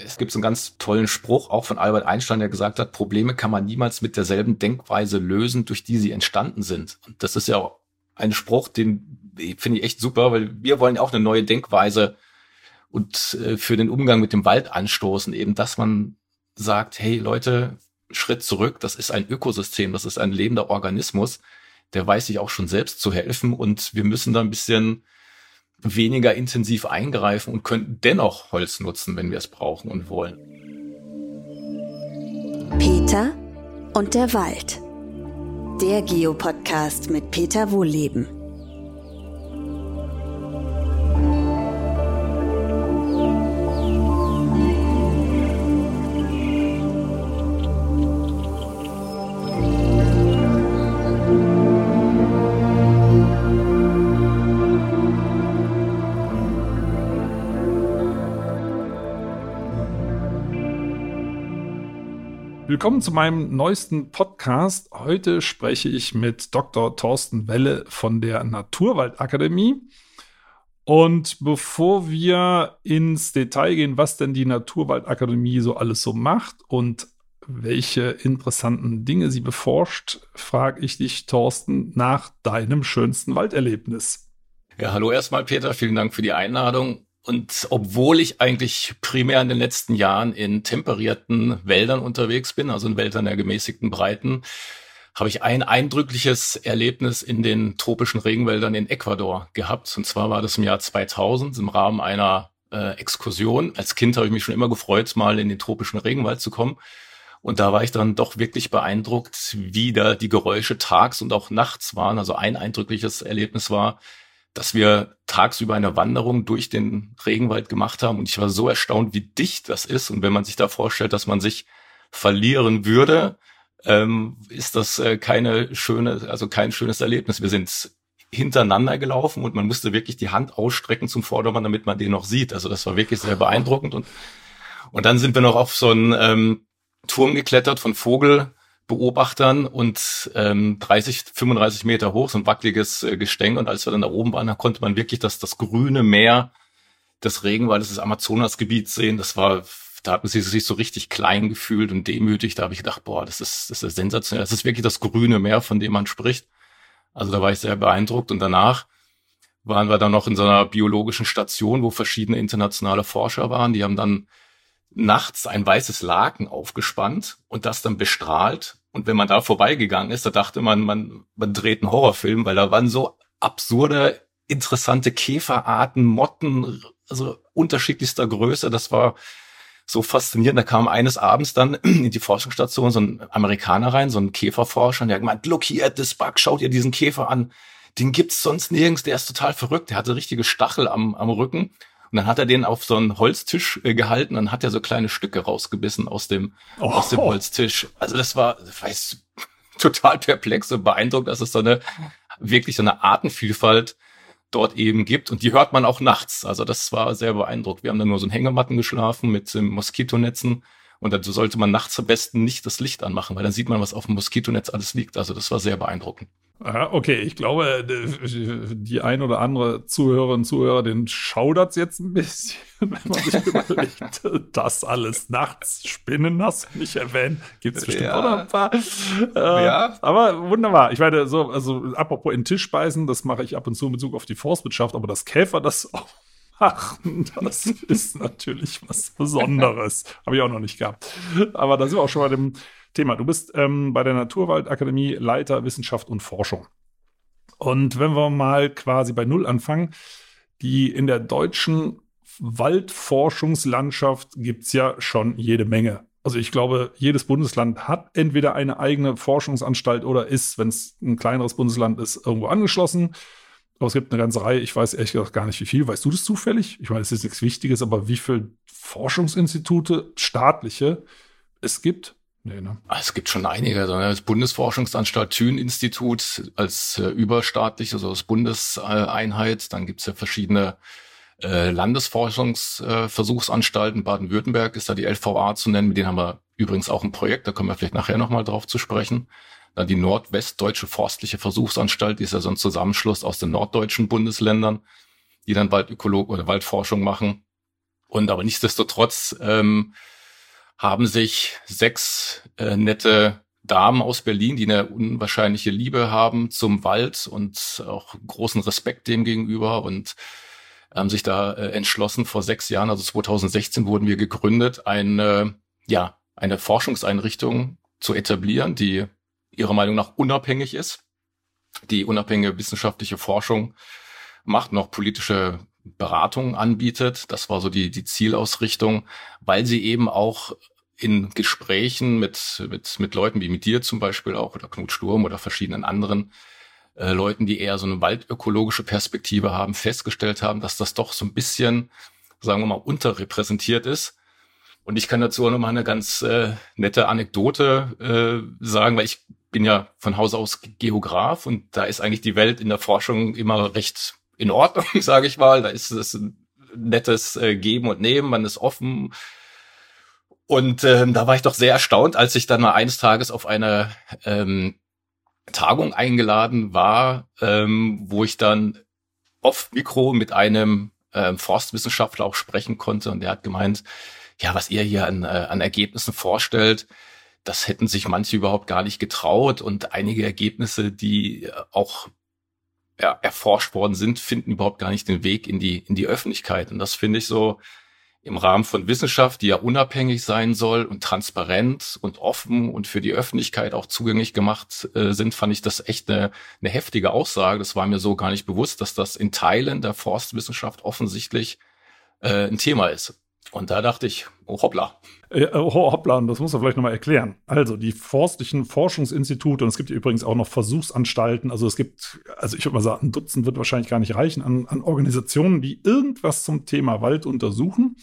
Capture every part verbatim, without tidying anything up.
Es gibt so einen ganz tollen Spruch, auch von Albert Einstein, der gesagt hat, Probleme kann man niemals mit derselben Denkweise lösen, durch die sie entstanden sind. Und das ist ja auch ein Spruch, den finde ich echt super, weil wir wollen ja auch eine neue Denkweise und äh, für den Umgang mit dem Wald anstoßen, eben, dass man sagt, hey Leute, Schritt zurück, das ist ein Ökosystem, das ist ein lebender Organismus, der weiß sich auch schon selbst zu helfen und wir müssen da ein bisschen weniger intensiv eingreifen und könnten dennoch Holz nutzen, wenn wir es brauchen und wollen. Peter und der Wald. Der Geo-Podcast mit Peter Wohlleben. Willkommen zu meinem neuesten Podcast. Heute spreche ich mit Doktor Thorsten Welle von der Naturwaldakademie. Und bevor wir ins Detail gehen, was denn die Naturwaldakademie so alles so macht und welche interessanten Dinge sie beforscht, frage ich dich, Thorsten, nach deinem schönsten Walderlebnis. Ja, hallo erstmal, Peter. Vielen Dank für die Einladung. Und obwohl ich eigentlich primär in den letzten Jahren in temperierten Wäldern unterwegs bin, also in Wäldern der gemäßigten Breiten, habe ich ein eindrückliches Erlebnis in den tropischen Regenwäldern in Ecuador gehabt. Und zwar war das im Jahr zweitausend im Rahmen einer äh, Exkursion. Als Kind habe ich mich schon immer gefreut, mal in den tropischen Regenwald zu kommen. Und da war ich dann doch wirklich beeindruckt, wie da die Geräusche tags und auch nachts waren. Also ein eindrückliches Erlebnis war, dass wir tagsüber eine Wanderung durch den Regenwald gemacht haben. Und ich war so erstaunt, wie dicht das ist. Und wenn man sich da vorstellt, dass man sich verlieren würde, ähm, ist das äh, keine schöne, also kein schönes Erlebnis. Wir sind hintereinander gelaufen und man musste wirklich die Hand ausstrecken zum Vordermann, damit man den noch sieht. Also das war wirklich sehr beeindruckend. Und, und dann sind wir noch auf so einen ähm, Turm geklettert von Vogelbeobachtern und ähm, dreißig, fünfunddreißig Meter hoch, so ein wackeliges äh, Gestänge. Und als wir dann da oben waren, da konnte man wirklich das, das grüne Meer des Regenwaldes, des Amazonasgebiets sehen. Das war, da hat man sich, sich so richtig klein gefühlt und demütig. Da habe ich gedacht, boah, das ist, das ist sensationell. Das ist wirklich das grüne Meer, von dem man spricht. Also da war ich sehr beeindruckt. Und danach waren wir dann noch in so einer biologischen Station, wo verschiedene internationale Forscher waren. Die haben dann nachts ein weißes Laken aufgespannt und das dann bestrahlt. Und wenn man da vorbeigegangen ist, da dachte man, man, man dreht einen Horrorfilm, weil da waren so absurde, interessante Käferarten, Motten, also unterschiedlichster Größe. Das war so faszinierend. Da kam eines Abends dann in die Forschungsstation so ein Amerikaner rein, so ein Käferforscher, und der hat gemeint, look here at this bug, schaut ihr diesen Käfer an. Den gibt's sonst nirgends, der ist total verrückt. Der hatte richtige Stachel am, am Rücken. Und dann hat er den auf so einen Holztisch äh, gehalten, dann hat er so kleine Stücke rausgebissen aus dem, oh. aus dem Holztisch. Also das war, das war jetzt total perplex und beeindruckt, dass es so eine, wirklich so eine Artenvielfalt dort eben gibt. Und die hört man auch nachts. Also das war sehr beeindruckt. Wir haben dann nur so in Hängematten geschlafen mit ähm, Moskitonetzen. Und dann sollte man nachts am besten nicht das Licht anmachen, weil dann sieht man, was auf dem Moskitonetz alles liegt. Also das war sehr beeindruckend. Okay, ich glaube, die ein oder andere Zuhörerin und Zuhörer, den schaudert's jetzt ein bisschen, wenn man sich überlegt, das alles nachts, Spinnen hast du nicht erwähnt, gibt's bestimmt ja auch noch ein paar. Äh, ja. Aber wunderbar. Ich meine, so, also apropos in den Tisch beißen, das mache ich ab und zu in Bezug auf die Forstwirtschaft, aber das Käfer, das auch machen, das ist natürlich was Besonderes. Habe ich auch noch nicht gehabt. Aber da sind wir auch schon bei dem Thema. Du bist ähm, bei der Naturwaldakademie Leiter Wissenschaft und Forschung. Und wenn wir mal quasi bei Null anfangen, die in der deutschen Waldforschungslandschaft gibt's ja schon jede Menge. Also ich glaube, jedes Bundesland hat entweder eine eigene Forschungsanstalt oder ist, wenn es ein kleineres Bundesland ist, irgendwo angeschlossen. Aber es gibt eine ganze Reihe, ich weiß ehrlich gesagt gar nicht wie viel. Weißt du das zufällig? Ich meine, es ist nichts Wichtiges, aber wie viele Forschungsinstitute, staatliche, es gibt? Nee, ne? Es gibt schon einige. Das Bundesforschungsanstalt Thün-Institut als äh, überstaatlich, also als Bundeseinheit. Dann gibt's ja verschiedene äh, Landesforschungsversuchsanstalten. Äh, Baden-Württemberg ist da die L V A zu nennen. Mit denen haben wir übrigens auch ein Projekt. Da kommen wir vielleicht nachher nochmal drauf zu sprechen. Dann die Nordwestdeutsche Forstliche Versuchsanstalt. Die ist ja so ein Zusammenschluss aus den norddeutschen Bundesländern, die dann Waldökolog oder Waldforschung machen. Und aber nichtsdestotrotz ähm, haben sich sechs äh, nette Damen aus Berlin, die eine unwahrscheinliche Liebe haben zum Wald und auch großen Respekt dem gegenüber und haben sich da äh, entschlossen, vor sechs Jahren, also zweitausendsechzehn wurden wir gegründet, eine, ja, eine Forschungseinrichtung zu etablieren, die ihrer Meinung nach unabhängig ist, die unabhängige wissenschaftliche Forschung macht, noch politische Beratung anbietet. Das war so die, die Zielausrichtung, weil sie eben auch in Gesprächen mit, mit, mit Leuten wie mit dir zum Beispiel auch oder Knut Sturm oder verschiedenen anderen äh, Leuten, die eher so eine waldökologische Perspektive haben, festgestellt haben, dass das doch so ein bisschen, sagen wir mal, unterrepräsentiert ist. Und ich kann dazu auch nochmal eine ganz äh, nette Anekdote äh, sagen, weil ich bin ja von Haus aus Geograf und da ist eigentlich die Welt in der Forschung immer recht in Ordnung, sage ich mal. Da ist es ein nettes äh, Geben und Nehmen, man ist offen. Und ähm, da war ich doch sehr erstaunt, als ich dann mal eines Tages auf eine ähm, Tagung eingeladen war, ähm, wo ich dann off-Mikro mit einem ähm, Forstwissenschaftler auch sprechen konnte. Und der hat gemeint, ja, was ihr hier an, äh, an Ergebnissen vorstellt, das hätten sich manche überhaupt gar nicht getraut. Und einige Ergebnisse, die auch ja, erforscht worden sind, finden überhaupt gar nicht den Weg in die in die Öffentlichkeit. Und das finde ich so im Rahmen von Wissenschaft, die ja unabhängig sein soll und transparent und offen und für die Öffentlichkeit auch zugänglich gemacht äh, sind, fand ich das echt eine, eine heftige Aussage. Das war mir so gar nicht bewusst, dass das in Teilen der Forstwissenschaft offensichtlich äh, ein Thema ist. Und da dachte ich, oh hoppla. Äh, oh hoppla, und das muss man vielleicht nochmal erklären. Also die forstlichen Forschungsinstitute, und es gibt ja übrigens auch noch Versuchsanstalten, also es gibt, also ich würde mal sagen, ein Dutzend wird wahrscheinlich gar nicht reichen, an, an Organisationen, die irgendwas zum Thema Wald untersuchen,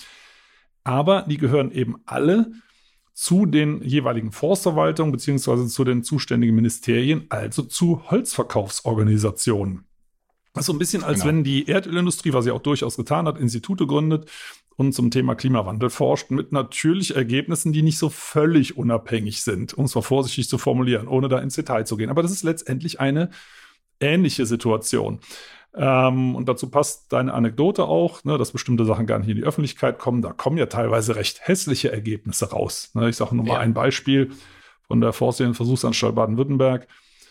aber die gehören eben alle zu den jeweiligen Forstverwaltungen beziehungsweise zu den zuständigen Ministerien, also zu Holzverkaufsorganisationen. Das ist so ein bisschen, als genau. wenn die Erdölindustrie, was sie auch durchaus getan hat, Institute gründet und zum Thema Klimawandel forscht, mit natürlich Ergebnissen, die nicht so völlig unabhängig sind, um es mal vorsichtig zu formulieren, ohne da ins Detail zu gehen. Aber das ist letztendlich eine ähnliche Situation. Ähm, und dazu passt deine Anekdote auch, ne, dass bestimmte Sachen gar nicht in die Öffentlichkeit kommen. Da kommen ja teilweise recht hässliche Ergebnisse raus. Ne, ich sage nur mal ja. ein Beispiel von der Forstlichen Versuchsanstalt Baden-Württemberg,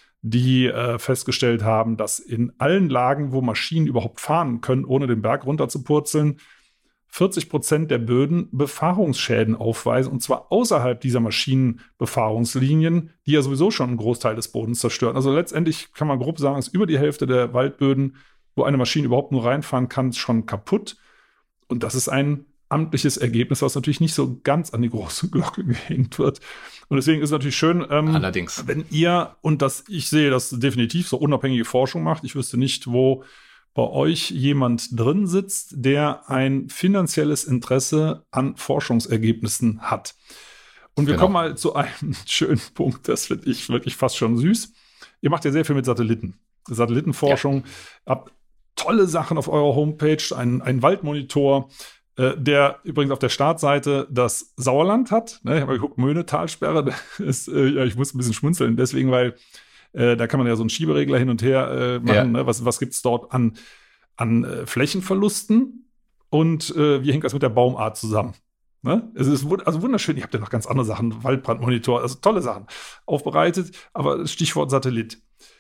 die äh, festgestellt haben, dass in allen Lagen, wo Maschinen überhaupt fahren können, ohne den Berg runterzupurzeln, vierzig Prozent der Böden Befahrungsschäden aufweisen, und zwar außerhalb dieser Maschinenbefahrungslinien, die ja sowieso schon einen Großteil des Bodens zerstören. Also letztendlich kann man grob sagen, ist über die Hälfte der Waldböden, wo eine Maschine überhaupt nur reinfahren kann, schon kaputt. Und das ist ein amtliches Ergebnis, was natürlich nicht so ganz an die große Glocke gehängt wird. Und deswegen ist es natürlich schön, ähm, Allerdings. wenn ihr, und das, ich sehe das definitiv, so unabhängige Forschung macht. Ich wüsste nicht, wo bei euch jemand drin sitzt, der ein finanzielles Interesse an Forschungsergebnissen hat. Und wir genau. kommen mal zu einem schönen Punkt, das finde ich wirklich fast schon süß. Ihr macht ja sehr viel mit Satelliten. Satellitenforschung, ja. habt tolle Sachen auf eurer Homepage, einen, einen Waldmonitor, äh, der übrigens auf der Startseite das Sauerland hat. Ne, ich habe mal geguckt, Möhne-Talsperre, ist, äh, ja, ich muss ein bisschen schmunzeln, deswegen, weil Äh, da kann man ja so einen Schieberegler hin und her äh, machen. Ja. Ne? Was, was gibt es dort an, an äh, Flächenverlusten? Und äh, wie hängt das mit der Baumart zusammen? Ne? Es ist also wunderschön. Ihr habt ja noch ganz andere Sachen, Waldbrandmonitor, also tolle Sachen aufbereitet. Aber Stichwort Satellit.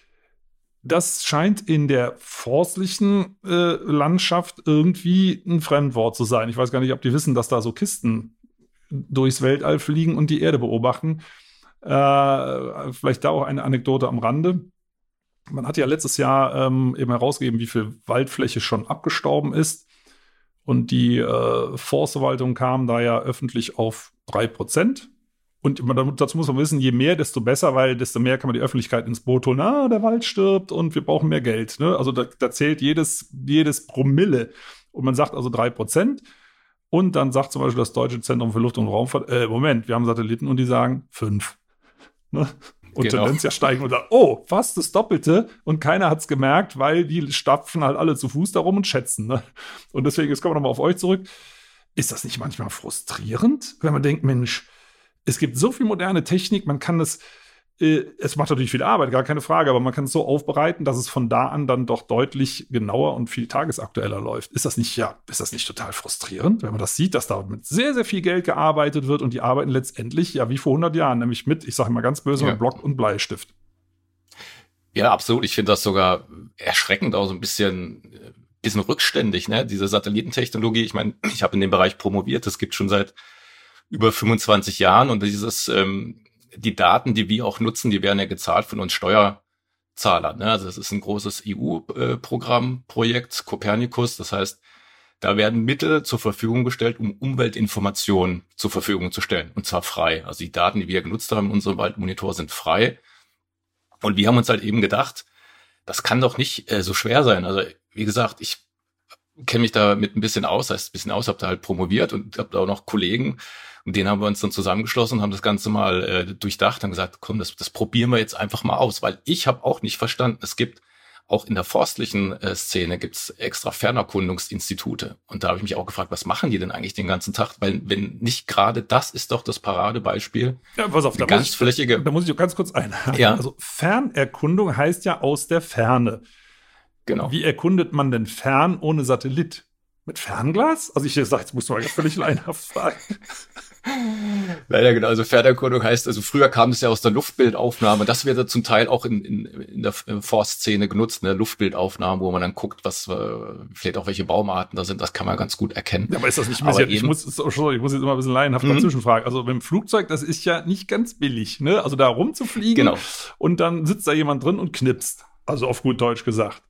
Das scheint in der forstlichen äh, Landschaft irgendwie ein Fremdwort zu sein. Ich weiß gar nicht, ob die wissen, dass da so Kisten durchs Weltall fliegen und die Erde beobachten. Äh, vielleicht da auch eine Anekdote am Rande. Man hat ja letztes Jahr ähm, eben herausgegeben, wie viel Waldfläche schon abgestorben ist. Und die äh, Forstverwaltung kam da ja öffentlich auf drei Prozent. Und man, dazu muss man wissen, je mehr, desto besser, weil desto mehr kann man die Öffentlichkeit ins Boot holen. Ah, der Wald stirbt und wir brauchen mehr Geld. Ne? Also da, da zählt jedes, jedes Promille. Und man sagt also drei Prozent. Und dann sagt zum Beispiel das Deutsche Zentrum für Luft- und Raumfahrt, äh, Moment, wir haben Satelliten und die sagen fünf. Ne? Und genau. Tendenz ja steigen und sagen, oh, fast das Doppelte und keiner hat es gemerkt, weil die stapfen halt alle zu Fuß darum und schätzen. Ne? Und deswegen, jetzt kommen wir nochmal auf euch zurück. Ist das nicht manchmal frustrierend, wenn man denkt, Mensch, es gibt so viel moderne Technik, man kann das, Es macht natürlich viel Arbeit, gar keine Frage, aber man kann es so aufbereiten, dass es von da an dann doch deutlich genauer und viel tagesaktueller läuft. Ist das nicht, ja, ist das nicht total frustrierend, wenn man das sieht, dass da mit sehr, sehr viel Geld gearbeitet wird und die arbeiten letztendlich, ja, wie vor hundert Jahren, nämlich mit, ich sage mal ganz böse, Ja. mit Block und Bleistift. Ja, absolut. Ich finde das sogar erschreckend, auch so ein bisschen, bisschen rückständig, ne? Diese Satellitentechnologie. Ich meine, ich habe in dem Bereich promoviert. Das gibt schon seit über fünfundzwanzig Jahren und dieses, ähm, die Daten, die wir auch nutzen, die werden ja gezahlt von uns Steuerzahlern. Ne? Also es ist ein großes E U-Programm, Projekt Copernicus. Das heißt, da werden Mittel zur Verfügung gestellt, um Umweltinformationen zur Verfügung zu stellen. Und zwar frei. Also die Daten, die wir genutzt haben in unserem Waldmonitor, sind frei. Und wir haben uns halt eben gedacht, das kann doch nicht äh, so schwer sein. Also wie gesagt, ich kenne mich da mit ein bisschen aus, heißt ein bisschen aus, habe da halt promoviert und habe da auch noch Kollegen, und denen haben wir uns dann zusammengeschlossen und haben das Ganze mal äh, durchdacht und gesagt, komm, das, das probieren wir jetzt einfach mal aus, weil ich habe auch nicht verstanden, es gibt auch in der forstlichen äh, Szene gibt's extra Fernerkundungsinstitute. Und da habe ich mich auch gefragt, was machen die denn eigentlich den ganzen Tag? Weil wenn nicht gerade das ist doch das Paradebeispiel. Ja, pass auf, da ganz muss ich, flächige. Da muss ich auch ganz kurz einhaken. Ja. Also Fernerkundung heißt ja aus der Ferne. Genau. Wie erkundet man denn fern ohne Satellit? Mit Fernglas? Also ich sage, jetzt musst du mal völlig laienhaft fragen. Leider genau, also Fernerkundung heißt, also früher kam es ja aus der Luftbildaufnahme, das wird ja zum Teil auch in, in, in der Forstszene genutzt, ne, Luftbildaufnahmen, wo man dann guckt, was, äh, vielleicht auch welche Baumarten da sind, das kann man ganz gut erkennen. Ja, aber ist das nicht, aber ich, ich, muss, sorry, ich muss jetzt immer ein bisschen laienhaft Mhm. dazwischen fragen. Also mit dem Flugzeug, das ist ja nicht ganz billig, ne? Also da rumzufliegen Genau. und dann sitzt da jemand drin und knipst. Also auf gut Deutsch gesagt.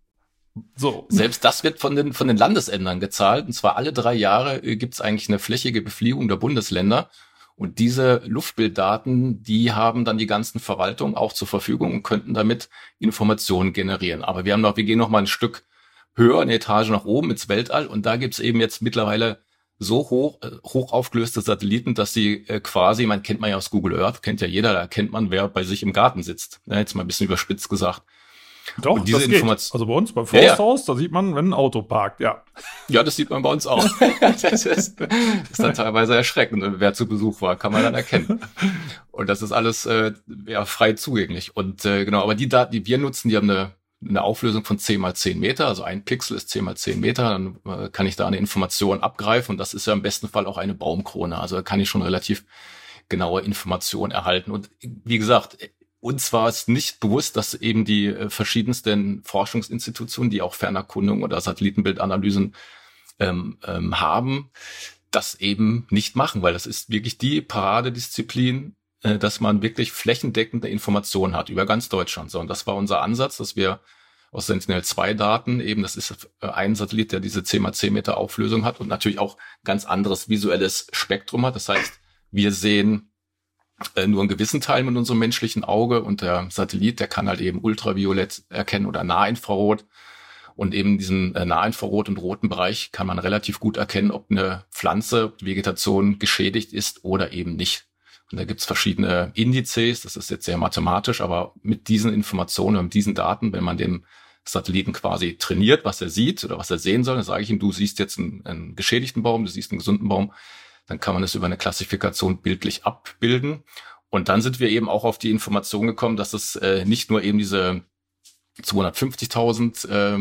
So. Selbst das wird von den, von den Landesämtern gezahlt, und zwar alle drei Jahre äh, gibt es eigentlich eine flächige Befliegung der Bundesländer. Und diese Luftbilddaten, die haben dann die ganzen Verwaltungen auch zur Verfügung und könnten damit Informationen generieren. Aber wir haben noch, wir gehen noch mal ein Stück höher, eine Etage nach oben ins Weltall, und da gibt's eben jetzt mittlerweile so hoch, äh, hoch aufgelöste Satelliten, dass sie äh, quasi, man kennt man ja aus Google Earth, kennt ja jeder, da erkennt man, wer bei sich im Garten sitzt. Ja, jetzt mal ein bisschen überspitzt gesagt. Doch, und diese das geht. Information- Also bei uns beim Ja, ja. Forsthaus, da sieht man, wenn ein Auto parkt, ja. Ja, das sieht man bei uns auch. das, ist, das ist dann teilweise erschreckend. Und wer zu Besuch war, kann man dann erkennen. Und das ist alles äh, ja, frei zugänglich. Und äh, genau, aber die Daten, die wir nutzen, die haben eine, eine Auflösung von zehn mal zehn Meter. Also ein Pixel ist zehn mal zehn Meter. Dann äh, kann ich da eine Information abgreifen. Und das ist ja im besten Fall auch eine Baumkrone. Also da kann ich schon relativ genaue Informationen erhalten. Und wie gesagt, uns war es nicht bewusst, dass eben die äh, verschiedensten Forschungsinstitutionen, die auch Fernerkundung oder Satellitenbildanalysen ähm, ähm, haben, das eben nicht machen, weil das ist wirklich die Paradedisziplin, äh, dass man wirklich flächendeckende Informationen hat über ganz Deutschland. So, und das war unser Ansatz, dass wir aus Sentinel zwei Daten eben, das ist äh, ein Satellit, der diese zehn mal zehn Meter Auflösung hat und natürlich auch ganz anderes visuelles Spektrum hat. Das heißt, wir sehen nur einen gewissen Teil mit unserem menschlichen Auge, und der Satellit, der kann halt eben Ultraviolett erkennen oder Nahinfrarot, und eben diesen äh, Nahinfrarot und roten Bereich kann man relativ gut erkennen, ob eine Pflanze, ob die Vegetation geschädigt ist oder eben nicht. Und da gibt's verschiedene Indizes, das ist jetzt sehr mathematisch, aber mit diesen Informationen und mit diesen Daten, wenn man dem Satelliten quasi trainiert, was er sieht oder was er sehen soll, dann sage ich ihm, du siehst jetzt einen, einen geschädigten Baum, du siehst einen gesunden Baum, dann kann man es über eine Klassifikation bildlich abbilden. Und dann sind wir eben auch auf die Information gekommen, dass es äh, nicht nur eben diese zweihundertfünfzigtausend äh,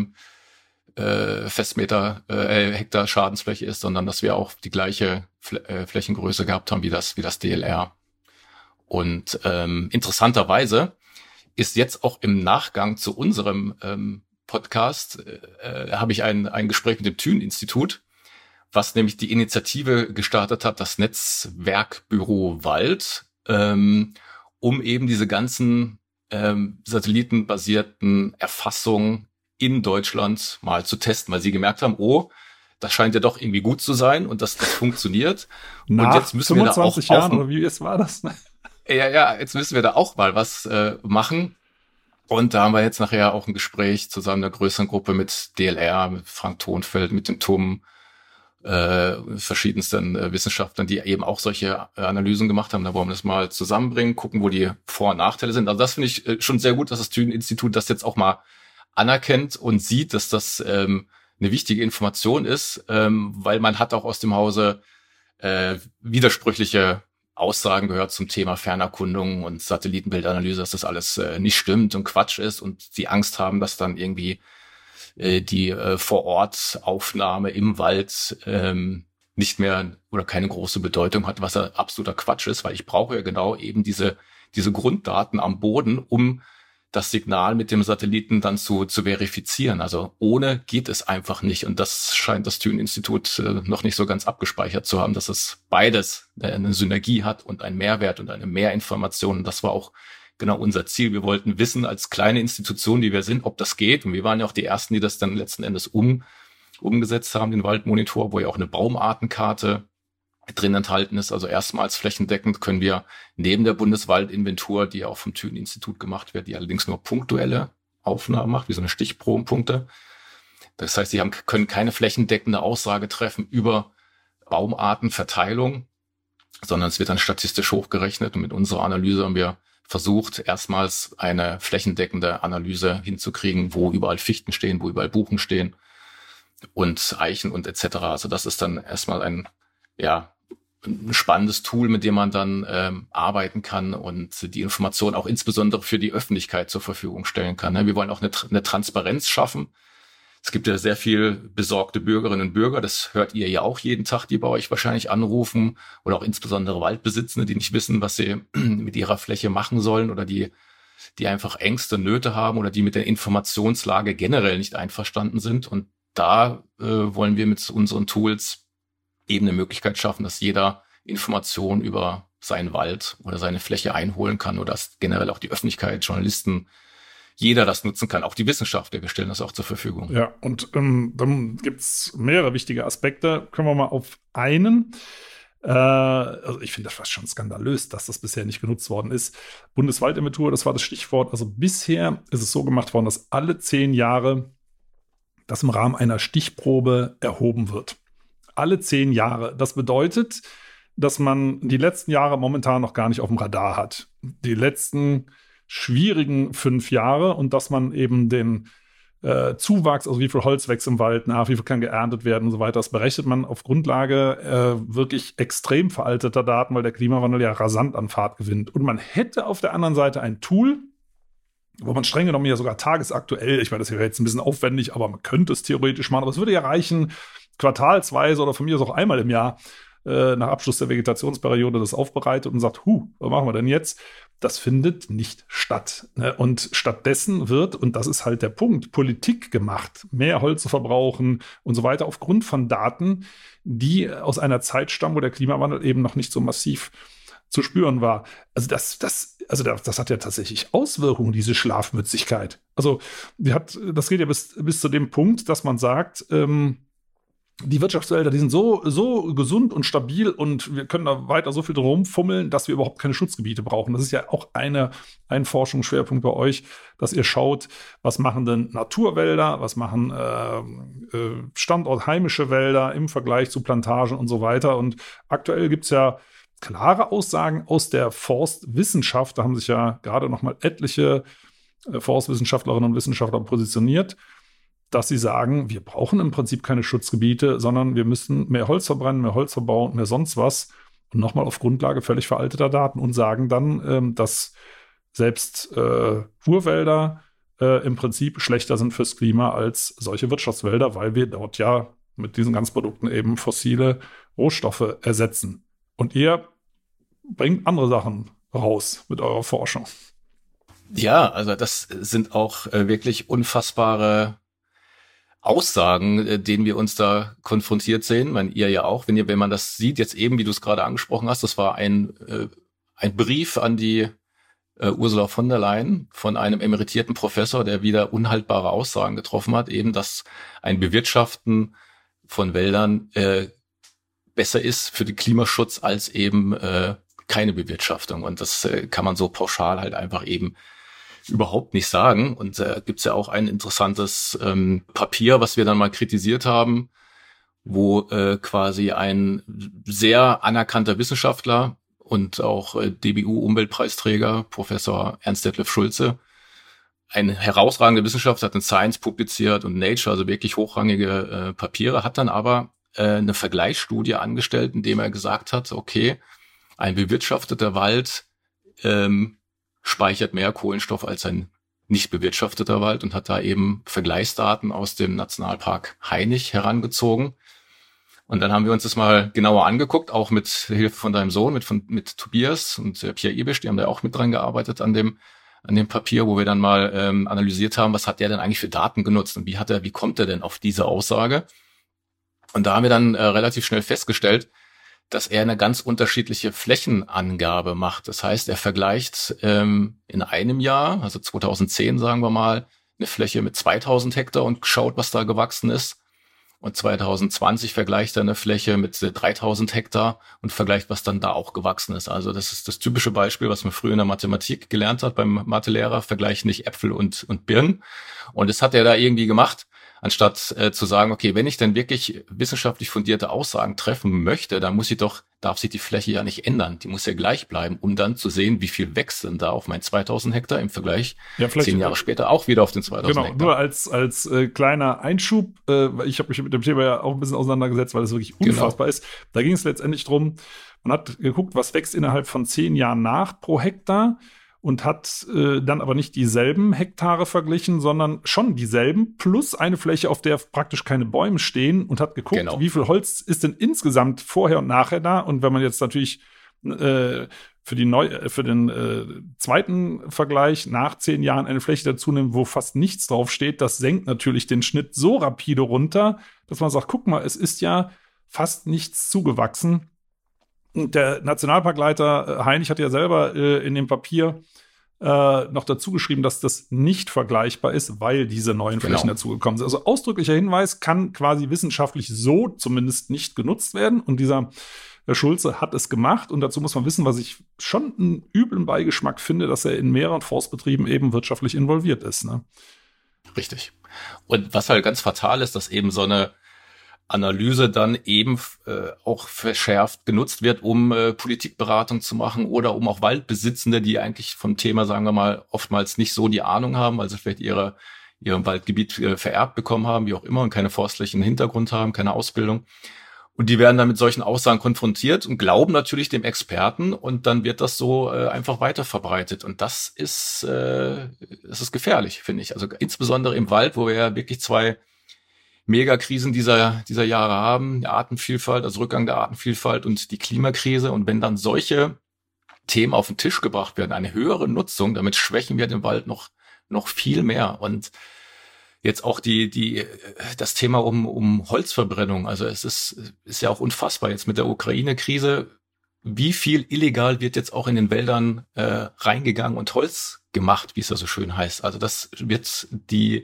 äh, Festmeter, äh, Hektar Schadensfläche ist, sondern dass wir auch die gleiche Fl- äh, Flächengröße gehabt haben wie das, wie das D L R. Und ähm, interessanterweise ist jetzt auch im Nachgang zu unserem ähm, Podcast, äh, äh, habe ich ein, ein Gespräch mit dem Thün-Institut, was nämlich die Initiative gestartet hat, das Netzwerkbüro Wald, ähm, um eben diese ganzen ähm, satellitenbasierten Erfassungen in Deutschland mal zu testen, weil sie gemerkt haben, oh, das scheint ja doch irgendwie gut zu sein und das, das funktioniert. Nach und jetzt müssen wir da auch, fünfundzwanzig Jahren, auch oder wie es war das? ja, ja, jetzt müssen wir da auch mal was äh, machen. Und da haben wir jetzt nachher auch ein Gespräch zusammen einer größeren Gruppe mit D L R, mit Frank Thonfeld, mit dem T U M, äh, verschiedensten äh, Wissenschaftlern, die eben auch solche äh, Analysen gemacht haben. Da wollen wir das mal zusammenbringen, gucken, wo die Vor- und Nachteile sind. Also das finde ich äh, schon sehr gut, dass das Thünen-Institut das jetzt auch mal anerkennt und sieht, dass das ähm, eine wichtige Information ist, ähm, weil man hat auch aus dem Hause äh, widersprüchliche Aussagen gehört zum Thema Fernerkundung und Satellitenbildanalyse, dass das alles äh, nicht stimmt und Quatsch ist und die Angst haben, dass dann irgendwie äh, die äh, Vor-Ort-Aufnahme im Wald ähm, nicht mehr oder keine große Bedeutung hat, was ja absoluter Quatsch ist, weil ich brauche ja genau eben diese diese Grunddaten am Boden, um das Signal mit dem Satelliten dann zu zu verifizieren. Also ohne geht es einfach nicht. Und das scheint das Thünen-Institut äh, noch nicht so ganz abgespeichert zu haben, dass es beides äh, eine Synergie hat und einen Mehrwert und eine Mehrinformation. Und das war auch genau unser Ziel. Wir wollten wissen, als kleine Institution, die wir sind, ob das geht. Und wir waren ja auch die Ersten, die das dann letzten Endes um, umgesetzt haben, den Waldmonitor, wo ja auch eine Baumartenkarte drin enthalten ist. Also erstmals flächendeckend können wir neben der Bundeswaldinventur, die ja auch vom Thünen-Institut gemacht wird, die allerdings nur punktuelle Aufnahmen macht, wie so eine Stichprobenpunkte. Das heißt, sie haben, können keine flächendeckende Aussage treffen über Baumartenverteilung, sondern es wird dann statistisch hochgerechnet. Und mit unserer Analyse haben wir versucht, erstmals eine flächendeckende Analyse hinzukriegen, wo überall Fichten stehen, wo überall Buchen stehen und Eichen und et cetera. Also das ist dann erstmal ein, ja, ein spannendes Tool, mit dem man dann ähm, arbeiten kann und die Information auch insbesondere für die Öffentlichkeit zur Verfügung stellen kann. Wir wollen auch eine, eine Transparenz schaffen. Es gibt ja sehr viel besorgte Bürgerinnen und Bürger, das hört ihr ja auch jeden Tag, die bei euch wahrscheinlich anrufen, oder auch insbesondere Waldbesitzende, die nicht wissen, was sie mit ihrer Fläche machen sollen oder die die einfach Ängste, Nöte haben oder die mit der Informationslage generell nicht einverstanden sind. Und da äh, wollen wir mit unseren Tools eben eine Möglichkeit schaffen, dass jeder Informationen über seinen Wald oder seine Fläche einholen kann oder dass generell auch die Öffentlichkeit, Journalisten, jeder das nutzen kann, auch die Wissenschaftler, wir stellen das auch zur Verfügung. Ja, und ähm, dann gibt's mehrere wichtige Aspekte. Können wir mal auf einen. Äh, also ich finde das fast schon skandalös, dass das bisher nicht genutzt worden ist. Bundeswaldinventur, das war das Stichwort. Also bisher ist es so gemacht worden, dass alle zehn Jahre das im Rahmen einer Stichprobe erhoben wird. Alle zehn Jahre. Das bedeutet, dass man die letzten Jahre momentan noch gar nicht auf dem Radar hat. Die letzten schwierigen fünf Jahre und dass man eben den äh, Zuwachs, also wie viel Holz wächst im Wald nach, wie viel kann geerntet werden und so weiter, das berechnet man auf Grundlage äh, wirklich extrem veralteter Daten, weil der Klimawandel ja rasant an Fahrt gewinnt. Und man hätte auf der anderen Seite ein Tool, wo man streng genommen ja sogar tagesaktuell, ich meine, das wäre jetzt ein bisschen aufwendig, aber man könnte es theoretisch machen, aber es würde ja reichen, quartalsweise oder von mir aus auch einmal im Jahr äh, nach Abschluss der Vegetationsperiode das aufbereitet und sagt, huh, was machen wir denn jetzt? Das findet nicht statt. Ne? Und stattdessen wird, und das ist halt der Punkt, Politik gemacht, mehr Holz zu verbrauchen und so weiter, aufgrund von Daten, die aus einer Zeit stammen, wo der Klimawandel eben noch nicht so massiv zu spüren war. Also das, das, also das, das hat ja tatsächlich Auswirkungen, diese Schlafmützigkeit. Also die hat, das geht ja bis, bis zu dem Punkt, dass man sagt, ähm, die Wirtschaftswälder, die sind so, so gesund und stabil und wir können da weiter so viel drum fummeln, dass wir überhaupt keine Schutzgebiete brauchen. Das ist ja auch eine, ein Forschungsschwerpunkt bei euch, dass ihr schaut, was machen denn Naturwälder, was machen äh, äh, standortheimische Wälder im Vergleich zu Plantagen und so weiter. Und aktuell gibt's ja klare Aussagen aus der Forstwissenschaft. Da haben sich ja gerade noch mal etliche äh, Forstwissenschaftlerinnen und Wissenschaftler positioniert, dass sie sagen, wir brauchen im Prinzip keine Schutzgebiete, sondern wir müssen mehr Holz verbrennen, mehr Holz verbauen, mehr sonst was. Und nochmal auf Grundlage völlig veralteter Daten und sagen dann, ähm, dass selbst äh, Urwälder äh, im Prinzip schlechter sind fürs Klima als solche Wirtschaftswälder, weil wir dort ja mit diesen Ganzprodukten eben fossile Rohstoffe ersetzen. Und ihr bringt andere Sachen raus mit eurer Forschung. Ja, also das sind auch äh, wirklich unfassbare Aussagen, denen wir uns da konfrontiert sehen, wenn ihr ja auch, wenn ihr, wenn man das sieht, jetzt eben, wie du es gerade angesprochen hast, das war ein äh, ein Brief an die äh, Ursula von der Leyen von einem emeritierten Professor, der wieder unhaltbare Aussagen getroffen hat, eben, dass ein Bewirtschaften von Wäldern äh, besser ist für den Klimaschutz als eben äh, keine Bewirtschaftung. Und das äh, kann man so pauschal halt einfach eben überhaupt nicht sagen. Und äh, gibt's ja auch ein interessantes ähm, Papier, was wir dann mal kritisiert haben, wo äh, quasi ein sehr anerkannter Wissenschaftler und auch äh, D B U-Umweltpreisträger, Professor Ernst-Detlef Schulze, ein herausragender Wissenschaftler, hat in Science publiziert und Nature, also wirklich hochrangige äh, Papiere, hat dann aber äh, eine Vergleichsstudie angestellt, indem er gesagt hat, okay, ein bewirtschafteter Wald ähm, speichert mehr Kohlenstoff als ein nicht bewirtschafteter Wald und hat da eben Vergleichsdaten aus dem Nationalpark Hainich herangezogen. Und dann haben wir uns das mal genauer angeguckt, auch mit Hilfe von deinem Sohn, mit, von, mit Tobias und äh, Pierre Ibisch, die haben da auch mit dran gearbeitet an dem, an dem Papier, wo wir dann mal ähm, analysiert haben, was hat der denn eigentlich für Daten genutzt und wie hat er, wie kommt er denn auf diese Aussage? Und da haben wir dann äh, relativ schnell festgestellt, dass er eine ganz unterschiedliche Flächenangabe macht. Das heißt, er vergleicht ähm, in einem Jahr, also zweitausendzehn sagen wir mal, eine Fläche mit zweitausend Hektar und schaut, was da gewachsen ist. Und zweitausendzwanzig vergleicht er eine Fläche mit dreitausend Hektar und vergleicht, was dann da auch gewachsen ist. Also das ist das typische Beispiel, was man früher in der Mathematik gelernt hat beim Mathelehrer, vergleicht nicht Äpfel und, und Birnen. Und das hat er da irgendwie gemacht, anstatt äh, zu sagen, okay, wenn ich denn wirklich wissenschaftlich fundierte Aussagen treffen möchte, dann muss ich doch, darf sich die Fläche ja nicht ändern. Die muss ja gleich bleiben, um dann zu sehen, wie viel wächst denn da auf mein zweitausend Hektar im Vergleich ja, zehn Jahre später auch wieder auf den zweitausend genau, Hektar. Nur als als äh, kleiner Einschub, äh, ich habe mich mit dem Thema ja auch ein bisschen auseinandergesetzt, weil es wirklich unfassbar genau. ist. Da ging es letztendlich drum, man hat geguckt, was wächst innerhalb von zehn Jahren nach pro Hektar und hat äh, dann aber nicht dieselben Hektare verglichen, sondern schon dieselben plus eine Fläche, auf der praktisch keine Bäume stehen und hat geguckt, genau. wie viel Holz ist denn insgesamt vorher und nachher da. Und wenn man jetzt natürlich äh, für, die neu, für den äh, zweiten Vergleich nach zehn Jahren eine Fläche dazu nimmt, wo fast nichts drauf steht, das senkt natürlich den Schnitt so rapide runter, dass man sagt, guck mal, es ist ja fast nichts zugewachsen. Der Nationalparkleiter Hainich hat ja selber äh, in dem Papier äh, noch dazu geschrieben, dass das nicht vergleichbar ist, weil diese neuen Flächen genau. dazugekommen sind. Also ausdrücklicher Hinweis kann quasi wissenschaftlich so zumindest nicht genutzt werden. Und dieser Herr Schulze hat es gemacht. Und dazu muss man wissen, was ich schon einen üblen Beigeschmack finde, dass er in mehreren Forstbetrieben eben wirtschaftlich involviert ist. Ne? Richtig. Und was halt ganz fatal ist, dass eben so eine Analyse dann eben äh, auch verschärft genutzt wird, um äh, Politikberatung zu machen oder um auch Waldbesitzende, die eigentlich vom Thema, sagen wir mal, oftmals nicht so die Ahnung haben, also vielleicht ihre ihrem Waldgebiet äh, vererbt bekommen haben, wie auch immer, und keine forstlichen Hintergrund haben, keine Ausbildung. Und die werden dann mit solchen Aussagen konfrontiert und glauben natürlich dem Experten und dann wird das so äh, einfach weiter verbreitet. Und das ist, äh, das ist gefährlich, finde ich. Also insbesondere im Wald, wo wir ja wirklich zwei Megakrisen dieser, dieser Jahre haben, die Artenvielfalt, also Rückgang der Artenvielfalt und die Klimakrise. Und wenn dann solche Themen auf den Tisch gebracht werden, eine höhere Nutzung, damit schwächen wir den Wald noch, noch viel mehr. Und jetzt auch die, die, das Thema um, um Holzverbrennung. Also es ist, ist ja auch unfassbar jetzt mit der Ukraine-Krise. Wie viel illegal wird jetzt auch in den Wäldern äh, reingegangen und Holz gemacht, wie es ja so schön heißt. Also das wird die,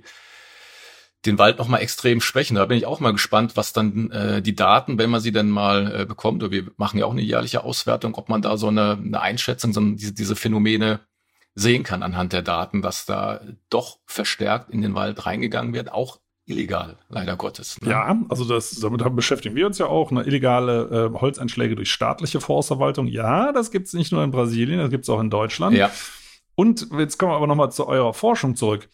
den Wald noch mal extrem schwächen. Da bin ich auch mal gespannt, was dann äh, die Daten, wenn man sie denn mal äh, bekommt, oder wir machen ja auch eine jährliche Auswertung, ob man da so eine, eine Einschätzung, so diese, diese Phänomene sehen kann anhand der Daten, dass da doch verstärkt in den Wald reingegangen wird, auch illegal, leider Gottes. Ne? Ja, also das, damit beschäftigen wir uns ja auch, eine illegale äh, Holzeinschläge durch staatliche Forstverwaltung. Ja, das gibt's nicht nur in Brasilien, das gibt's auch in Deutschland. Ja. Und jetzt kommen wir aber noch mal zu eurer Forschung zurück.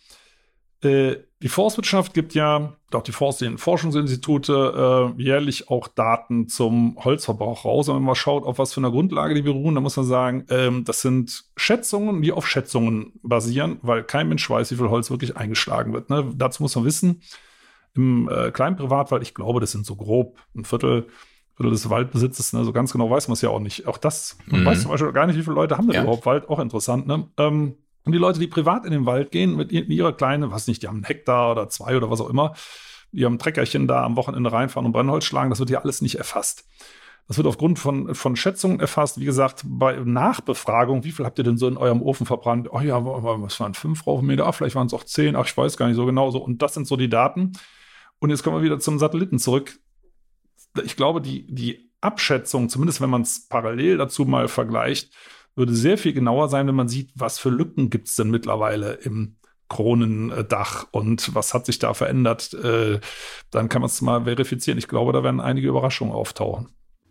Die Forstwirtschaft gibt ja, auch die Forschungsinstitute, äh, jährlich auch Daten zum Holzverbrauch raus. Und wenn man mal schaut, auf was für einer Grundlage die beruhen, dann muss man sagen, ähm, das sind Schätzungen, die auf Schätzungen basieren, weil kein Mensch weiß, wie viel Holz wirklich eingeschlagen wird. Ne? Dazu muss man wissen, im äh, kleinen Privatwald, ich glaube, das sind so grob ein Viertel, Viertel des Waldbesitzes, ne? So ganz genau weiß man es ja auch nicht. Auch das, man mhm. weiß zum Beispiel gar nicht, wie viele Leute haben denn ja. überhaupt Wald, auch interessant, ne? Ähm, Und die Leute, die privat in den Wald gehen, mit ihrer kleinen, was nicht, die haben einen Hektar oder zwei oder was auch immer, die haben ein Treckerchen da am Wochenende reinfahren und Brennholz schlagen, das wird hier alles nicht erfasst. Das wird aufgrund von, von Schätzungen erfasst. Wie gesagt, bei Nachbefragung, wie viel habt ihr denn so in eurem Ofen verbrannt? Oh ja, was waren fünf Raufmeter? Ach, vielleicht waren es auch zehn. Ach, ich weiß gar nicht so genau so. Und das sind so die Daten. Und jetzt kommen wir wieder zum Satelliten zurück. Ich glaube, die, die Abschätzung, zumindest wenn man es parallel dazu mal vergleicht, würde sehr viel genauer sein, wenn man sieht, was für Lücken gibt es denn mittlerweile im Kronendach und was hat sich da verändert. Äh, dann kann man es mal verifizieren. Ich glaube, da werden einige Überraschungen auftauchen.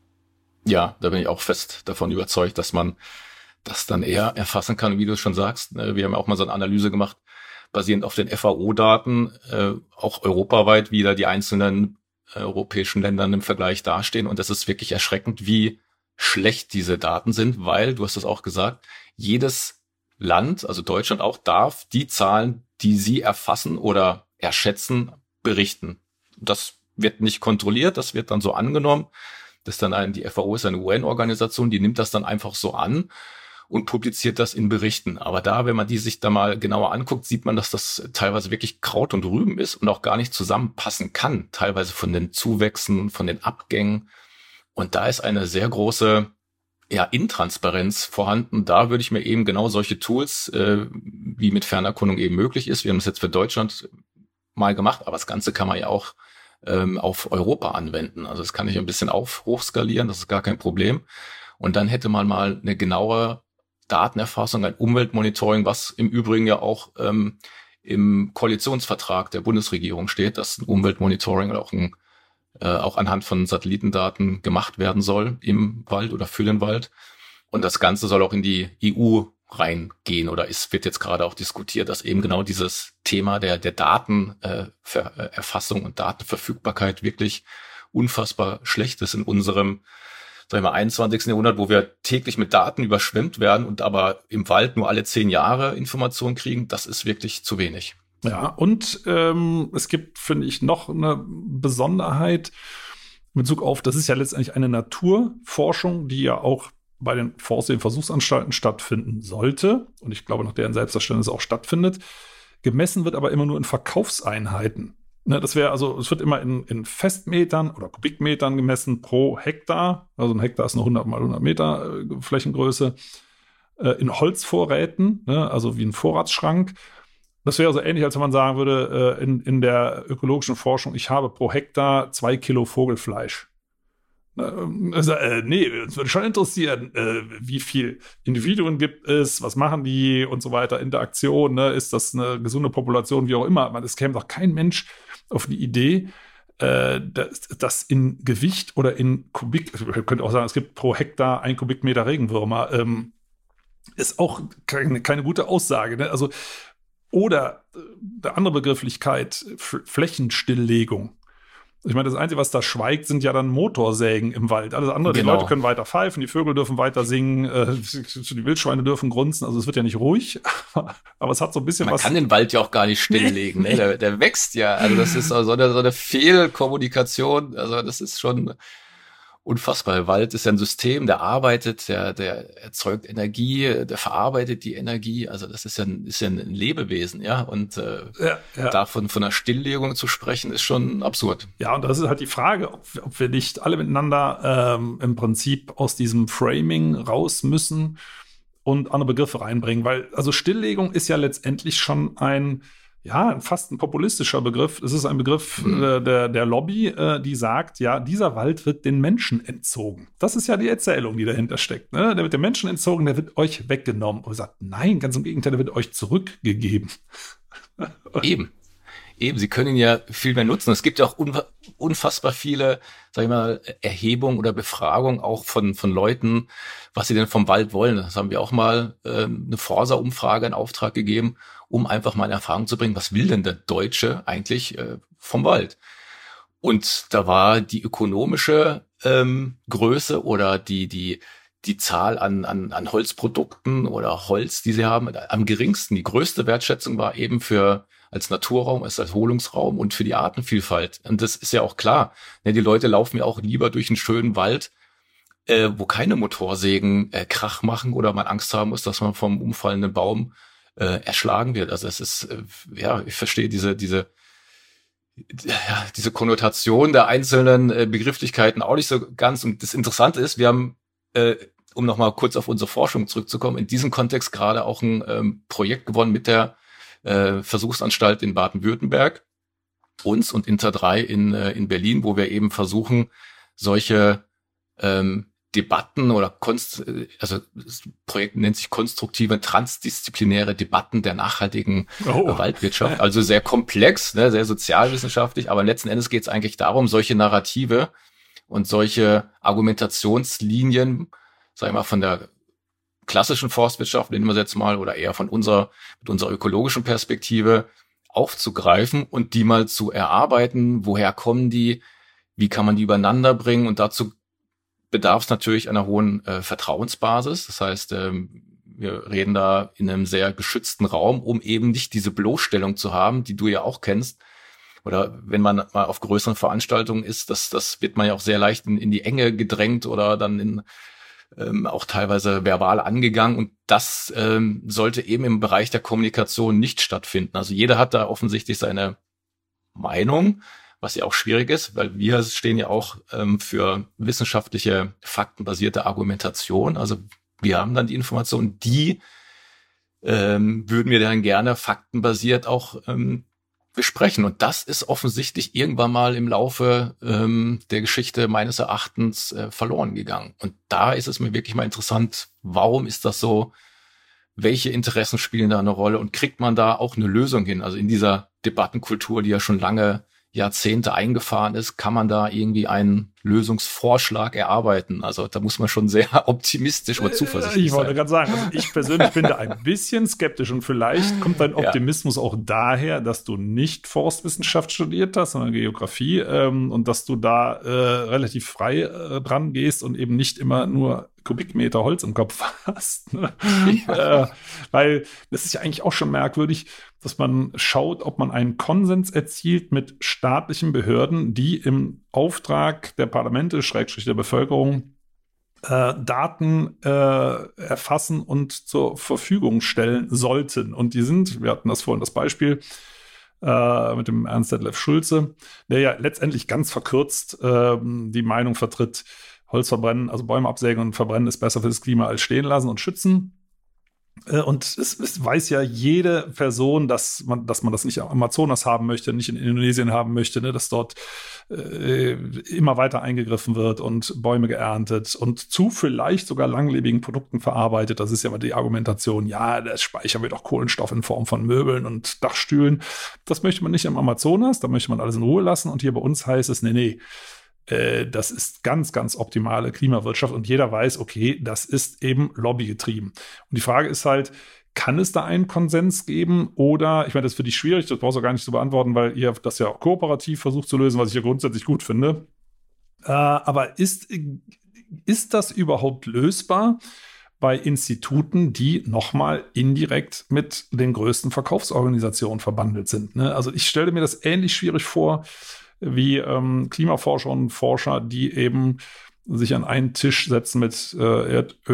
Ja, da bin ich auch fest davon überzeugt, dass man das dann eher erfassen kann, wie du es schon sagst. Wir haben ja auch mal so eine Analyse gemacht, basierend auf den F A O-Daten, äh, auch europaweit, wie da die einzelnen äh, europäischen Länder im Vergleich dastehen. Und das ist wirklich erschreckend, wie schlecht diese Daten sind, weil, du hast das auch gesagt, jedes Land, also Deutschland auch, darf die Zahlen, die sie erfassen oder erschätzen, berichten. Das wird nicht kontrolliert, das wird dann so angenommen. Das ist dann ein, die F A O ist eine U N-Organisation, die nimmt das dann einfach so an und publiziert das in Berichten. Aber da, wenn man die sich da mal genauer anguckt, sieht man, dass das teilweise wirklich Kraut und Rüben ist und auch gar nicht zusammenpassen kann, teilweise von den Zuwächsen, von den Abgängen. Und da ist eine sehr große ja, Intransparenz vorhanden. Da würde ich mir eben genau solche Tools, äh, wie mit Fernerkundung eben möglich ist. Wir haben das jetzt für Deutschland mal gemacht, aber das Ganze kann man ja auch ähm, auf Europa anwenden. Also das kann ich ein bisschen auf hochskalieren, das ist gar kein Problem. Und dann hätte man mal eine genaue Datenerfassung, ein Umweltmonitoring, was im Übrigen ja auch ähm, im Koalitionsvertrag der Bundesregierung steht, dass ein Umweltmonitoring auch ein Äh, auch anhand von Satellitendaten gemacht werden soll im Wald oder für den Wald. Und das Ganze soll auch in die E U reingehen oder es wird jetzt gerade auch diskutiert, dass eben genau dieses Thema der der Datenerfassung äh, und Datenverfügbarkeit wirklich unfassbar schlecht ist in unserem, sagen wir mal, einundzwanzigsten Jahrhundert, wo wir täglich mit Daten überschwemmt werden und aber im Wald nur alle zehn Jahre Informationen kriegen. Das ist wirklich zu wenig. Ja, und ähm, es gibt, finde ich, noch eine Besonderheit in Bezug auf, das ist ja letztendlich eine Naturforschung, die ja auch bei den Forst- und Versuchsanstalten stattfinden sollte. Und ich glaube, nach deren Selbstverständnis auch stattfindet. Gemessen wird aber immer nur in Verkaufseinheiten. Ne, das wäre also, es wird immer in, in Festmetern oder Kubikmetern gemessen pro Hektar. Also ein Hektar ist eine hundert mal hundert Meter äh, Flächengröße. Äh, in Holzvorräten, ne, also wie ein Vorratsschrank. Das wäre so ähnlich, als wenn man sagen würde, äh, in, in der ökologischen Forschung, ich habe pro Hektar zwei Kilo Vogelfleisch. Also, äh, nee, uns würde schon interessieren, äh, wie viel Individuen gibt es, was machen die und so weiter, Interaktion, ne? Ist das eine gesunde Population, wie auch immer. Es käme doch kein Mensch auf die Idee, äh, dass, dass in Gewicht oder in Kubik, ich könnte auch sagen, es gibt pro Hektar ein Kubikmeter Regenwürmer, ähm, ist auch keine, keine gute Aussage, ne? Also oder eine andere Begrifflichkeit, F- Flächenstilllegung. Ich meine, das Einzige, was da schweigt, sind ja dann Motorsägen im Wald. Alles andere, genau. Die Leute können weiter pfeifen, die Vögel dürfen weiter singen, äh, die Wildschweine dürfen grunzen. Also es wird ja nicht ruhig, aber es hat so ein bisschen Man was. Man kann den Wald ja auch gar nicht stilllegen. Nee. Ne? Der, der wächst ja. Also das ist so eine, so eine Fehlkommunikation. Also das ist schon unfassbar. Der Wald ist ja ein System, der arbeitet, der, der erzeugt Energie, der verarbeitet die Energie. Also das ist ja ein, ist ja ein Lebewesen, ja. Und äh, ja, ja. davon von einer Stilllegung zu sprechen, ist schon absurd. Ja, und das ist halt die Frage, ob, ob wir nicht alle miteinander ähm, im Prinzip aus diesem Framing raus müssen und andere Begriffe reinbringen. Weil, also Stilllegung ist ja letztendlich schon ein Ja, fast ein populistischer Begriff. Es ist ein Begriff mhm. äh, der, der Lobby, äh, die sagt, ja, dieser Wald wird den Menschen entzogen. Das ist ja die Erzählung, die dahinter steckt. Ne? Der wird den Menschen entzogen, der wird euch weggenommen. Und sagt, nein, ganz im Gegenteil, der wird euch zurückgegeben. Eben. Eben, sie können ihn ja viel mehr nutzen. Es gibt ja auch unfassbar viele, sag ich mal, Erhebungen oder Befragungen auch von von Leuten, was sie denn vom Wald wollen. Das haben wir auch mal äh, eine Forsa-Umfrage in Auftrag gegeben, um einfach mal in Erfahrung zu bringen, was will denn der Deutsche eigentlich äh, vom Wald? Und da war die ökonomische ähm, Größe oder die die die Zahl an an an Holzprodukten oder Holz, die sie haben, am geringsten. Die größte Wertschätzung war eben für als Naturraum, als Erholungsraum und für die Artenvielfalt. Und das ist ja auch klar. Ne, die Leute laufen ja auch lieber durch einen schönen Wald, äh, wo keine Motorsägen äh, Krach machen oder man Angst haben muss, dass man vom umfallenden Baum äh, erschlagen wird. Also es ist, äh, ja, ich verstehe diese, diese, ja, diese Konnotation der einzelnen äh, Begrifflichkeiten auch nicht so ganz. Und das Interessante ist, wir haben, äh, um nochmal kurz auf unsere Forschung zurückzukommen, in diesem Kontext gerade auch ein ähm, Projekt gewonnen mit der Äh, Versuchsanstalt in Baden-Württemberg, uns und Inter drei in, äh, in Berlin, wo wir eben versuchen, solche ähm, Debatten oder konst also das Projekt nennt sich konstruktive, transdisziplinäre Debatten der nachhaltigen oh. äh, Waldwirtschaft. Also sehr komplex, ne, sehr sozialwissenschaftlich, aber letzten Endes geht es eigentlich darum, solche Narrative und solche Argumentationslinien, sag ich mal, von der klassischen Forstwirtschaft, nennen wir es jetzt mal, oder eher von unserer, mit unserer ökologischen Perspektive aufzugreifen und die mal zu erarbeiten. Woher kommen die? Wie kann man die übereinander bringen? Und dazu bedarf es natürlich einer hohen äh, Vertrauensbasis. Das heißt, ähm, wir reden da in einem sehr geschützten Raum, um eben nicht diese Bloßstellung zu haben, die du ja auch kennst. Oder wenn man mal auf größeren Veranstaltungen ist, das, das wird man ja auch sehr leicht in, in die Enge gedrängt oder dann in, ähm, auch teilweise verbal angegangen. Und das ähm, sollte eben im Bereich der Kommunikation nicht stattfinden. Also jeder hat da offensichtlich seine Meinung, was ja auch schwierig ist, weil wir stehen ja auch ähm, für wissenschaftliche, faktenbasierte Argumentation. Also wir haben dann die Informationen, die ähm, würden wir dann gerne faktenbasiert auch ähm, besprechen. Und das ist offensichtlich irgendwann mal im Laufe ähm, der Geschichte meines Erachtens äh, verloren gegangen. Und da ist es mir wirklich mal interessant, warum ist das so? Welche Interessen spielen da eine Rolle? Und kriegt man da auch eine Lösung hin? Also in dieser Debattenkultur, die ja schon lange Jahrzehnte eingefahren ist, kann man da irgendwie einen Lösungsvorschlag erarbeiten. Also da muss man schon sehr optimistisch oder zuversichtlich sein. Ich wollte gerade sagen, also ich persönlich bin da ein bisschen skeptisch und vielleicht kommt dein Optimismus ja auch daher, dass du nicht Forstwissenschaft studiert hast, sondern Geografie ähm, und dass du da äh, relativ frei äh, dran gehst und eben nicht immer nur Kubikmeter Holz im Kopf hast. Ne? Ja. Äh, weil das ist ja eigentlich auch schon merkwürdig, dass man schaut, ob man einen Konsens erzielt mit staatlichen Behörden, die im Auftrag der Parlamente, Schrägstrich der Bevölkerung, äh, Daten äh, erfassen und zur Verfügung stellen sollten. Und die sind, wir hatten das vorhin das Beispiel äh, mit dem Ernst Detlef Schulze, der ja letztendlich ganz verkürzt äh, die Meinung vertritt, Holz verbrennen, also Bäume absägen und verbrennen ist besser für das Klima als stehen lassen und schützen. Und es, es weiß ja jede Person, dass man, dass man das nicht am Amazonas haben möchte, nicht in Indonesien haben möchte, ne, dass dort äh, immer weiter eingegriffen wird und Bäume geerntet und zu vielleicht sogar langlebigen Produkten verarbeitet. Das ist ja immer die Argumentation, ja, da speichern wir doch Kohlenstoff in Form von Möbeln und Dachstühlen. Das möchte man nicht im Amazonas, da möchte man alles in Ruhe lassen. Und hier bei uns heißt es, nee, nee, das ist ganz, ganz optimale Klimawirtschaft und jeder weiß, okay, das ist eben lobbygetrieben. Und die Frage ist halt, kann es da einen Konsens geben oder, ich meine, das ist für dich schwierig, das brauchst du gar nicht zu beantworten, weil ihr das ja auch kooperativ versucht zu lösen, was ich ja grundsätzlich gut finde. Äh, aber ist, ist das überhaupt lösbar bei Instituten, die nochmal indirekt mit den größten Verkaufsorganisationen verbandelt sind? Ne? Also ich stelle mir das ähnlich schwierig vor, wie ähm, Klimaforscherinnen und Forscher, die eben sich an einen Tisch setzen mit äh,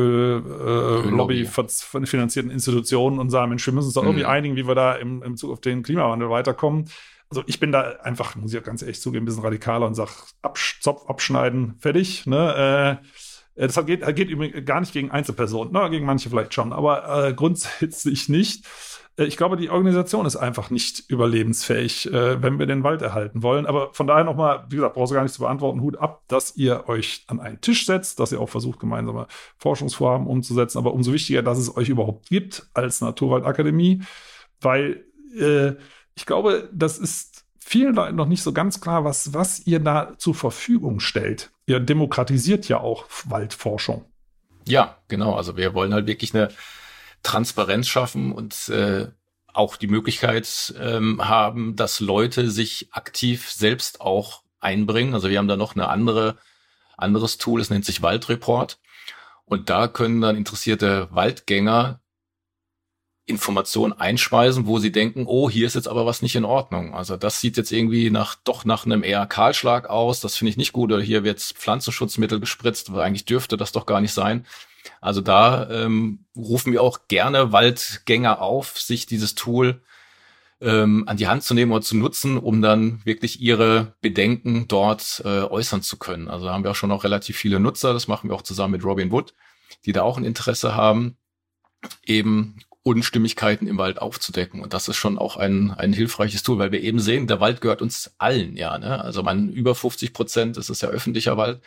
Erdöl, äh, finanzierten Institutionen und sagen, Mensch, wir müssen uns doch mhm. irgendwie einigen, wie wir da im, im Zug auf den Klimawandel weiterkommen. Also ich bin da einfach, muss ich auch ganz ehrlich zugeben, ein bisschen radikaler und sage, absch- Zopf abschneiden, fertig. Ne? Äh, das geht, geht übrigens gar nicht gegen Einzelpersonen, ne? Gegen manche vielleicht schon, aber äh, grundsätzlich nicht. Ich glaube, die Organisation ist einfach nicht überlebensfähig, äh, wenn wir den Wald erhalten wollen. Aber von daher nochmal, wie gesagt, brauchst du gar nicht zu beantworten, Hut ab, dass ihr euch an einen Tisch setzt, dass ihr auch versucht, gemeinsame Forschungsvorhaben umzusetzen. Aber umso wichtiger, dass es euch überhaupt gibt als Naturwaldakademie, weil äh, ich glaube, das ist vielen Leuten noch nicht so ganz klar, was, was ihr da zur Verfügung stellt. Ihr demokratisiert ja auch Waldforschung. Ja, genau. Also wir wollen halt wirklich eine Transparenz schaffen und äh, auch die Möglichkeit ähm, haben, dass Leute sich aktiv selbst auch einbringen. Also wir haben da noch eine andere anderes Tool, es nennt sich Waldreport. Und da können dann interessierte Waldgänger Informationen einspeisen, wo sie denken, oh, hier ist jetzt aber was nicht in Ordnung. Also das sieht jetzt irgendwie nach doch nach einem eher Kahlschlag aus. Das finde ich nicht gut. Oder hier wird Pflanzenschutzmittel gespritzt, weil eigentlich dürfte das doch gar nicht sein. Also da ähm, rufen wir auch gerne Waldgänger auf, sich dieses Tool ähm, an die Hand zu nehmen oder zu nutzen, um dann wirklich ihre Bedenken dort äh, äußern zu können. Also da haben wir auch schon noch relativ viele Nutzer. Das machen wir auch zusammen mit Robin Wood, die da auch ein Interesse haben, eben Unstimmigkeiten im Wald aufzudecken. Und das ist schon auch ein ein hilfreiches Tool, weil wir eben sehen, der Wald gehört uns allen, ja. Ne? Also man über fünfzig Prozent, das ist ja öffentlicher Wald,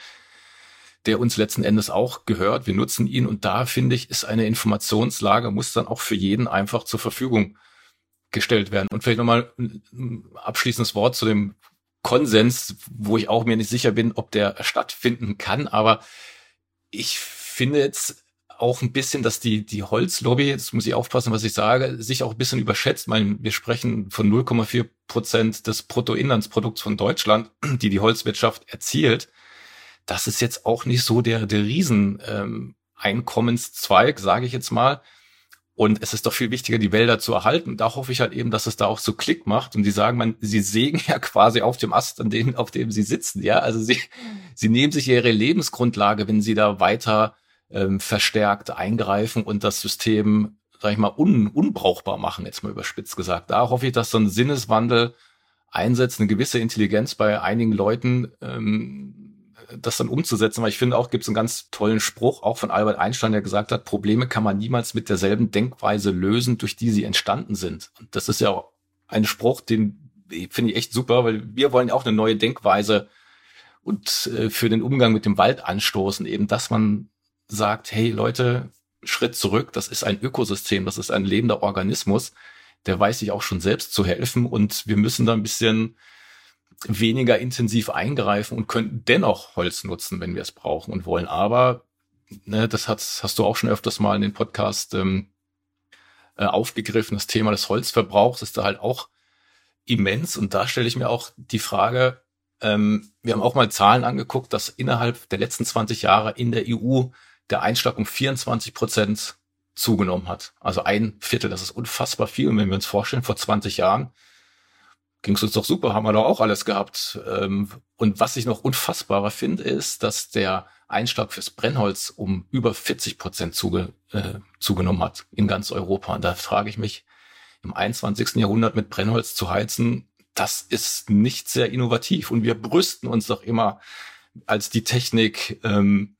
der uns letzten Endes auch gehört. Wir nutzen ihn und da, finde ich, ist eine Informationslage, muss dann auch für jeden einfach zur Verfügung gestellt werden. Und vielleicht nochmal ein abschließendes Wort zu dem Konsens, wo ich auch mir nicht sicher bin, ob der stattfinden kann. Aber ich finde jetzt auch ein bisschen, dass die die Holzlobby, jetzt muss ich aufpassen, was ich sage, sich auch ein bisschen überschätzt. Ich meine, wir sprechen von null Komma vier Prozent des Bruttoinlandsprodukts von Deutschland, die die Holzwirtschaft erzielt. das ist jetzt auch nicht so der, der Riesen, ähm, Einkommenszweig, sage ich jetzt mal. Und es ist doch viel wichtiger, die Wälder zu erhalten. Da hoffe ich halt eben, dass es da auch so Klick macht. Und die sagen, man, sie sägen ja quasi auf dem Ast, an dem, auf dem sie sitzen. Ja, also sie, sie nehmen sich ihre Lebensgrundlage, wenn sie da weiter ähm, verstärkt eingreifen und das System, sag ich mal, un, unbrauchbar machen, jetzt mal überspitzt gesagt. Da hoffe ich, dass so ein Sinneswandel einsetzt, eine gewisse Intelligenz bei einigen Leuten, ähm, das dann umzusetzen, weil ich finde auch, gibt es einen ganz tollen Spruch, auch von Albert Einstein, der gesagt hat, Probleme kann man niemals mit derselben Denkweise lösen, durch die sie entstanden sind. Und das ist ja auch ein Spruch, den finde ich echt super, weil wir wollen ja auch eine neue Denkweise und äh, für den Umgang mit dem Wald anstoßen, eben, dass man sagt, hey Leute, Schritt zurück, das ist ein Ökosystem, das ist ein lebender Organismus, der weiß sich auch schon selbst zu helfen und wir müssen da ein bisschen weniger intensiv eingreifen und könnten dennoch Holz nutzen, wenn wir es brauchen und wollen. Aber ne, das hast, hast du auch schon öfters mal in den Podcast ähm, äh, aufgegriffen. Das Thema des Holzverbrauchs ist da halt auch immens. Und da stelle ich mir auch die Frage, ähm, wir haben auch mal Zahlen angeguckt, dass innerhalb der letzten zwanzig Jahre in der E U der Einschlag um vierundzwanzig Prozent zugenommen hat. Also ein Viertel, das ist unfassbar viel. Und wenn wir uns vorstellen, vor zwanzig Jahren ging es uns doch super, haben wir doch auch alles gehabt. Und was ich noch unfassbarer finde, ist, dass der Einschlag fürs Brennholz um über vierzig Prozent zuge, äh, zugenommen hat in ganz Europa. Und da frage ich mich, im einundzwanzigsten Jahrhundert mit Brennholz zu heizen, das ist nicht sehr innovativ. Und wir brüsten uns doch immer als die Technik, ähm,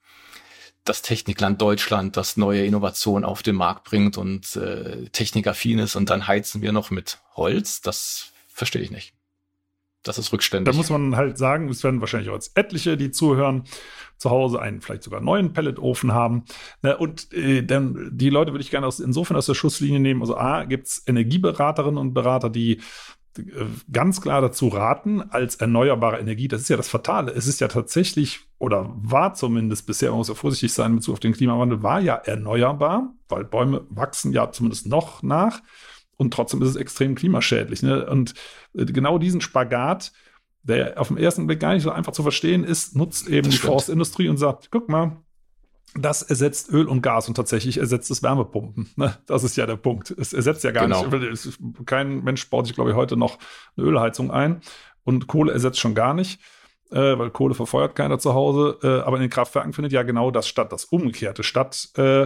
das Technikland Deutschland, das neue Innovationen auf den Markt bringt und äh, technikaffin ist. Und dann heizen wir noch mit Holz. Das verstehe ich nicht. Das ist rückständig. Da muss man halt sagen, es werden wahrscheinlich auch jetzt etliche, die zuhören, zu Hause einen vielleicht sogar neuen Pelletofen haben. Und äh, dann die Leute würde ich gerne aus, insofern aus der Schusslinie nehmen. Also A, gibt es Energieberaterinnen und Berater, die äh, ganz klar dazu raten, als erneuerbare Energie, das ist ja das Fatale, es ist ja tatsächlich, oder war zumindest bisher, man muss ja vorsichtig sein in Bezug auf den Klimawandel, war ja erneuerbar, weil Bäume wachsen ja zumindest noch nach. Und trotzdem ist es extrem klimaschädlich. Ne? Und genau diesen Spagat, der auf den ersten Blick gar nicht so einfach zu verstehen ist, nutzt eben das die stimmt. Forstindustrie und sagt, guck mal, das ersetzt Öl und Gas und tatsächlich ersetzt es Wärmepumpen. Ne? Das ist ja der Punkt. Es ersetzt ja gar genau. nicht. Kein Mensch baut sich, glaube ich, heute noch eine Ölheizung ein. Und Kohle ersetzt schon gar nicht, äh, weil Kohle verfeuert keiner zu Hause. Äh, aber in den Kraftwerken findet ja genau das statt, das Umgekehrte statt. Äh,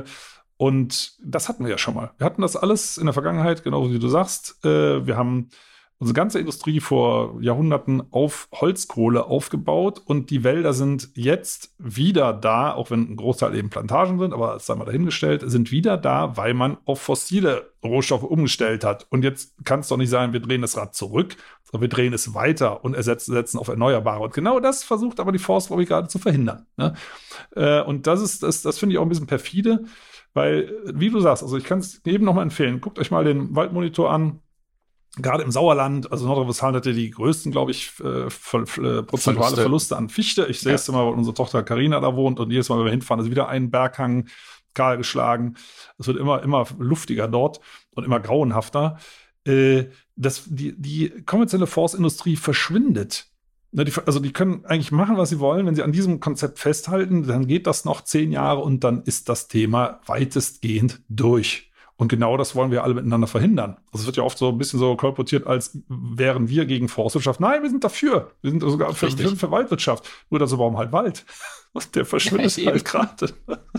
Und das hatten wir ja schon mal. Wir hatten das alles in der Vergangenheit, genau wie du sagst. Äh, wir haben unsere ganze Industrie vor Jahrhunderten auf Holzkohle aufgebaut und die Wälder sind jetzt wieder da, auch wenn ein Großteil eben Plantagen sind, aber das sei mal dahingestellt, sind wieder da, weil man auf fossile Rohstoffe umgestellt hat. Und jetzt kann es doch nicht sein, wir drehen das Rad zurück, sondern wir drehen es weiter und ersetzen, setzen auf Erneuerbare. Und genau das versucht aber die Forstlobby gerade zu verhindern. Ne? Äh, und das ist, das, das finde ich auch ein bisschen perfide. Weil, wie du sagst, also ich kann es jedem nochmal empfehlen, guckt euch mal den Waldmonitor an, gerade im Sauerland, also Nordrhein-Westfalen hat ja die größten, glaube ich, äh, ver- äh, prozentuale Verluste. Verluste an Fichte. Ich sehe es ja. immer, weil unsere Tochter Carina da wohnt und jedes Mal, wenn wir hinfahren, ist wieder ein Berghang kahl geschlagen. Es wird immer, immer luftiger dort und immer grauenhafter. Äh, das, die, die konventionelle Forstindustrie verschwindet. Also die können eigentlich machen, was sie wollen. Wenn sie an diesem Konzept festhalten, dann geht das noch zehn Jahre und dann ist das Thema weitestgehend durch. Und genau das wollen wir alle miteinander verhindern. Also es wird ja oft so ein bisschen so kolportiert, als wären wir gegen Forstwirtschaft. Nein, wir sind dafür. Wir sind sogar für, für, für Waldwirtschaft. Nur dazu brauchen wir halt Wald. Und der verschwindet ja, halt gerade.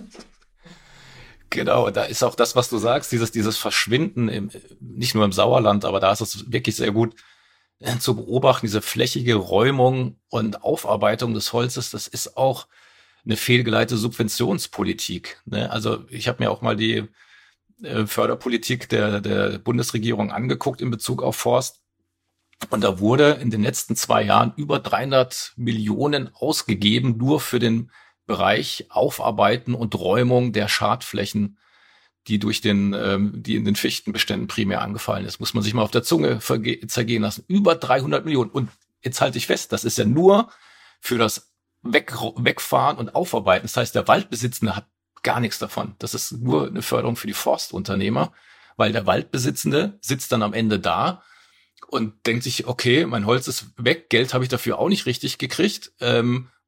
Genau, da ist auch das, was du sagst, dieses, dieses Verschwinden, im, nicht nur im Sauerland, aber da ist es wirklich sehr gut zu beobachten, diese flächige Räumung und Aufarbeitung des Holzes, das ist auch eine fehlgeleitete Subventionspolitik. Ne? Also ich habe mir auch mal die äh, Förderpolitik der, der Bundesregierung angeguckt in Bezug auf Forst. Und da wurde in den letzten zwei Jahren über dreihundert Millionen ausgegeben, nur für den Bereich Aufarbeiten und Räumung der Schadflächen, die durch den, ähm, die in den Fichtenbeständen primär angefallen ist, muss man sich mal auf der Zunge verge- zergehen lassen. Über dreihundert Millionen. Und jetzt halte ich fest, das ist ja nur für das Weg- Wegfahren und Aufarbeiten. Das heißt, der Waldbesitzende hat gar nichts davon. Das ist nur eine Förderung für die Forstunternehmer, weil der Waldbesitzende sitzt dann am Ende da und denkt sich, okay, mein Holz ist weg, Geld habe ich dafür auch nicht richtig gekriegt, ähm,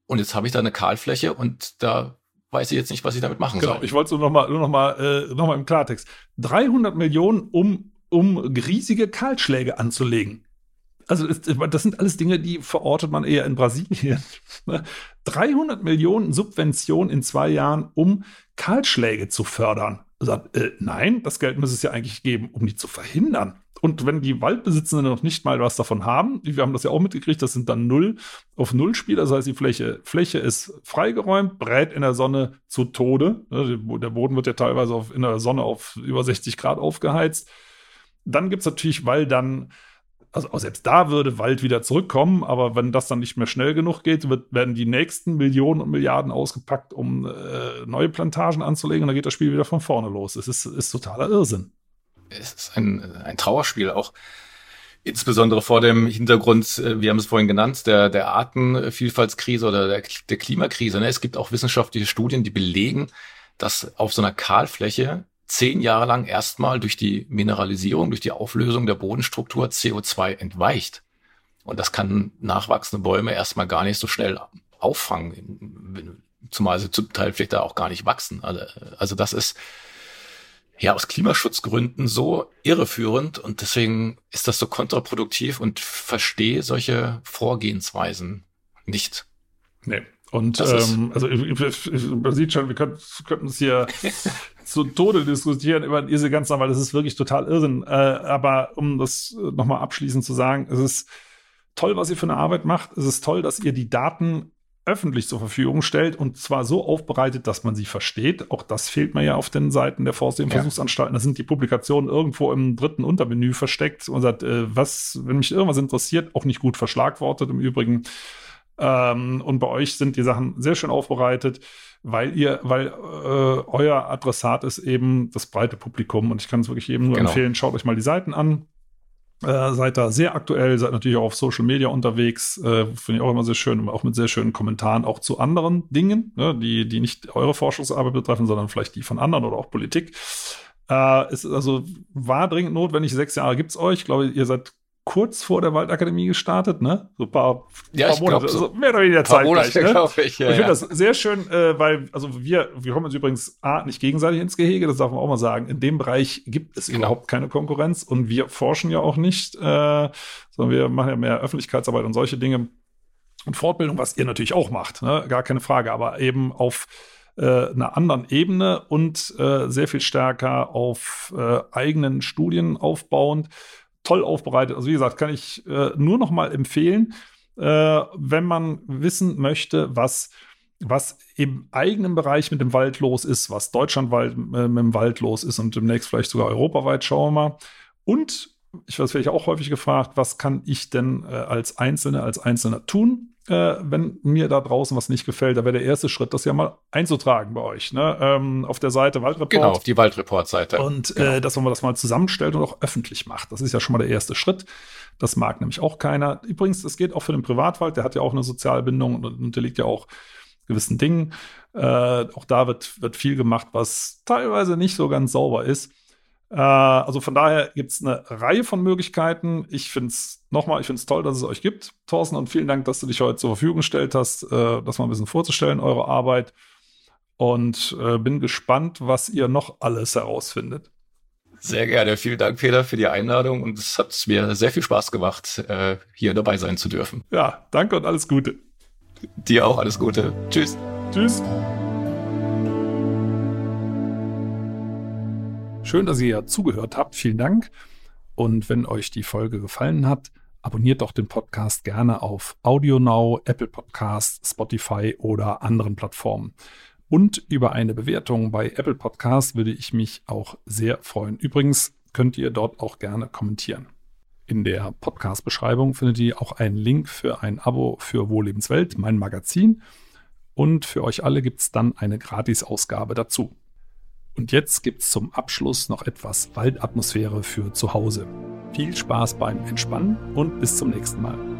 und jetzt habe ich da eine Kahlfläche und da weiß ich jetzt nicht, was ich damit machen genau, soll. Ich wollte es nur noch mal, nur noch mal, äh, noch mal im Klartext. dreihundert Millionen, um, um riesige Kahlschläge anzulegen. Also das sind alles Dinge, die verortet man eher in Brasilien. dreihundert Millionen Subvention in zwei Jahren, um Kahlschläge zu fördern. Also, äh, nein, das Geld muss es ja eigentlich geben, um die zu verhindern. Und wenn die Waldbesitzenden noch nicht mal was davon haben, wir haben das ja auch mitgekriegt, das sind dann null auf null Spieler. Das heißt, die Fläche, Fläche ist freigeräumt, brät in der Sonne zu Tode. Der Boden wird ja teilweise auf, in der Sonne auf über sechzig Grad aufgeheizt. Dann gibt es natürlich, weil dann, also auch selbst da würde Wald wieder zurückkommen, aber wenn das dann nicht mehr schnell genug geht, wird, werden die nächsten Millionen und Milliarden ausgepackt, um äh, neue Plantagen anzulegen, und dann geht das Spiel wieder von vorne los. Es ist, ist totaler Irrsinn. Es ist ein, ein Trauerspiel, auch insbesondere vor dem Hintergrund, wir haben es vorhin genannt, der, der Artenvielfaltskrise oder der, der Klimakrise. Es gibt auch wissenschaftliche Studien, die belegen, dass auf so einer Kahlfläche zehn Jahre lang erstmal durch die Mineralisierung, durch die Auflösung der Bodenstruktur C O zwei entweicht. Und das kann nachwachsende Bäume erstmal gar nicht so schnell auffangen, zumal sie zum Teil vielleicht da auch gar nicht wachsen. Also, also das ist ja aus Klimaschutzgründen so irreführend und deswegen ist das so kontraproduktiv und verstehe solche Vorgehensweisen nicht. Nee. Und ähm, also man sieht schon, wir können, könnten es hier zu Tode diskutieren über diese ganzen Sachen, weil das ist wirklich total Irrsinn. Äh, aber um das nochmal abschließend zu sagen, es ist toll, was ihr für eine Arbeit macht. Es ist toll, dass ihr die Daten öffentlich zur Verfügung stellt und zwar so aufbereitet, dass man sie versteht. Auch das fehlt mir ja auf den Seiten der Forst- und Versuchsanstalten. Da sind die Publikationen irgendwo im dritten Untermenü versteckt und sagt, äh, was, wenn mich irgendwas interessiert, auch nicht gut verschlagwortet im Übrigen. Ähm, und bei euch sind die Sachen sehr schön aufbereitet, weil ihr, weil äh, euer Adressat ist eben das breite Publikum und ich kann es wirklich jedem nur genau. empfehlen, schaut euch mal die Seiten an. Äh, seid da sehr aktuell, seid natürlich auch auf Social Media unterwegs, äh, finde ich auch immer sehr schön, auch mit sehr schönen Kommentaren auch zu anderen Dingen, ne, die, die nicht eure Forschungsarbeit betreffen, sondern vielleicht die von anderen oder auch Politik. Äh, es ist also war dringend notwendig, sechs Jahre gibt's euch, ich glaube, ihr seid kurz vor der Waldakademie gestartet, ne? So ein paar, ja, paar Monate, so. Also mehr oder weniger Zeit gleich, ne? Ich, ja, ich finde ja. das sehr schön, äh, weil, also wir, wir kommen uns übrigens A, nicht gegenseitig ins Gehege, das darf man auch mal sagen. In dem Bereich gibt es genau. überhaupt keine Konkurrenz und wir forschen ja auch nicht, äh, sondern wir machen ja mehr Öffentlichkeitsarbeit und solche Dinge und Fortbildung, was ihr natürlich auch macht, ne? Gar keine Frage, aber eben auf äh, einer anderen Ebene und äh, sehr viel stärker auf äh, eigenen Studien aufbauend. Toll aufbereitet. Also wie gesagt, kann ich äh, nur noch mal empfehlen, äh, wenn man wissen möchte, was, was im eigenen Bereich mit dem Wald los ist, was deutschlandweit äh, mit dem Wald los ist und demnächst vielleicht sogar europaweit, schauen wir mal. Und ich werde vielleicht auch häufig gefragt, was kann ich denn äh, als Einzelne, als Einzelner tun, äh, wenn mir da draußen was nicht gefällt? Da wäre der erste Schritt, das ja mal einzutragen bei euch, ne? Ähm, auf der Seite Waldreport. Genau, auf die Waldreport-Seite. Und genau. äh, dass man das mal zusammenstellt und auch öffentlich macht. Das ist ja schon mal der erste Schritt. Das mag nämlich auch keiner. Übrigens, es geht auch für den Privatwald, der hat ja auch eine Sozialbindung und unterliegt ja auch gewissen Dingen. Äh, auch da wird, wird viel gemacht, was teilweise nicht so ganz sauber ist. Also von daher gibt es eine Reihe von Möglichkeiten. Ich finde es nochmal, ich finde es toll, dass es euch gibt, Thorsten, und vielen Dank, dass du dich heute zur Verfügung gestellt hast, äh, das mal ein bisschen vorzustellen, eure Arbeit. Und äh, bin gespannt, was ihr noch alles herausfindet. Sehr gerne. Vielen Dank, Peter, für die Einladung. Und es hat mir sehr viel Spaß gemacht, äh, hier dabei sein zu dürfen. Ja, danke und alles Gute. Dir auch alles Gute. Tschüss. Tschüss. Schön, dass ihr zugehört habt. Vielen Dank. Und wenn euch die Folge gefallen hat, abonniert doch den Podcast gerne auf AudioNow, Apple Podcasts, Spotify oder anderen Plattformen. Und über eine Bewertung bei Apple Podcasts würde ich mich auch sehr freuen. Übrigens könnt ihr dort auch gerne kommentieren. In der Podcast-Beschreibung findet ihr auch einen Link für ein Abo für Wohllebenswelt, mein Magazin. Und für euch alle gibt es dann eine Gratis-Ausgabe dazu. Und jetzt gibt's zum Abschluss noch etwas Waldatmosphäre für zu Hause. Viel Spaß beim Entspannen und bis zum nächsten Mal.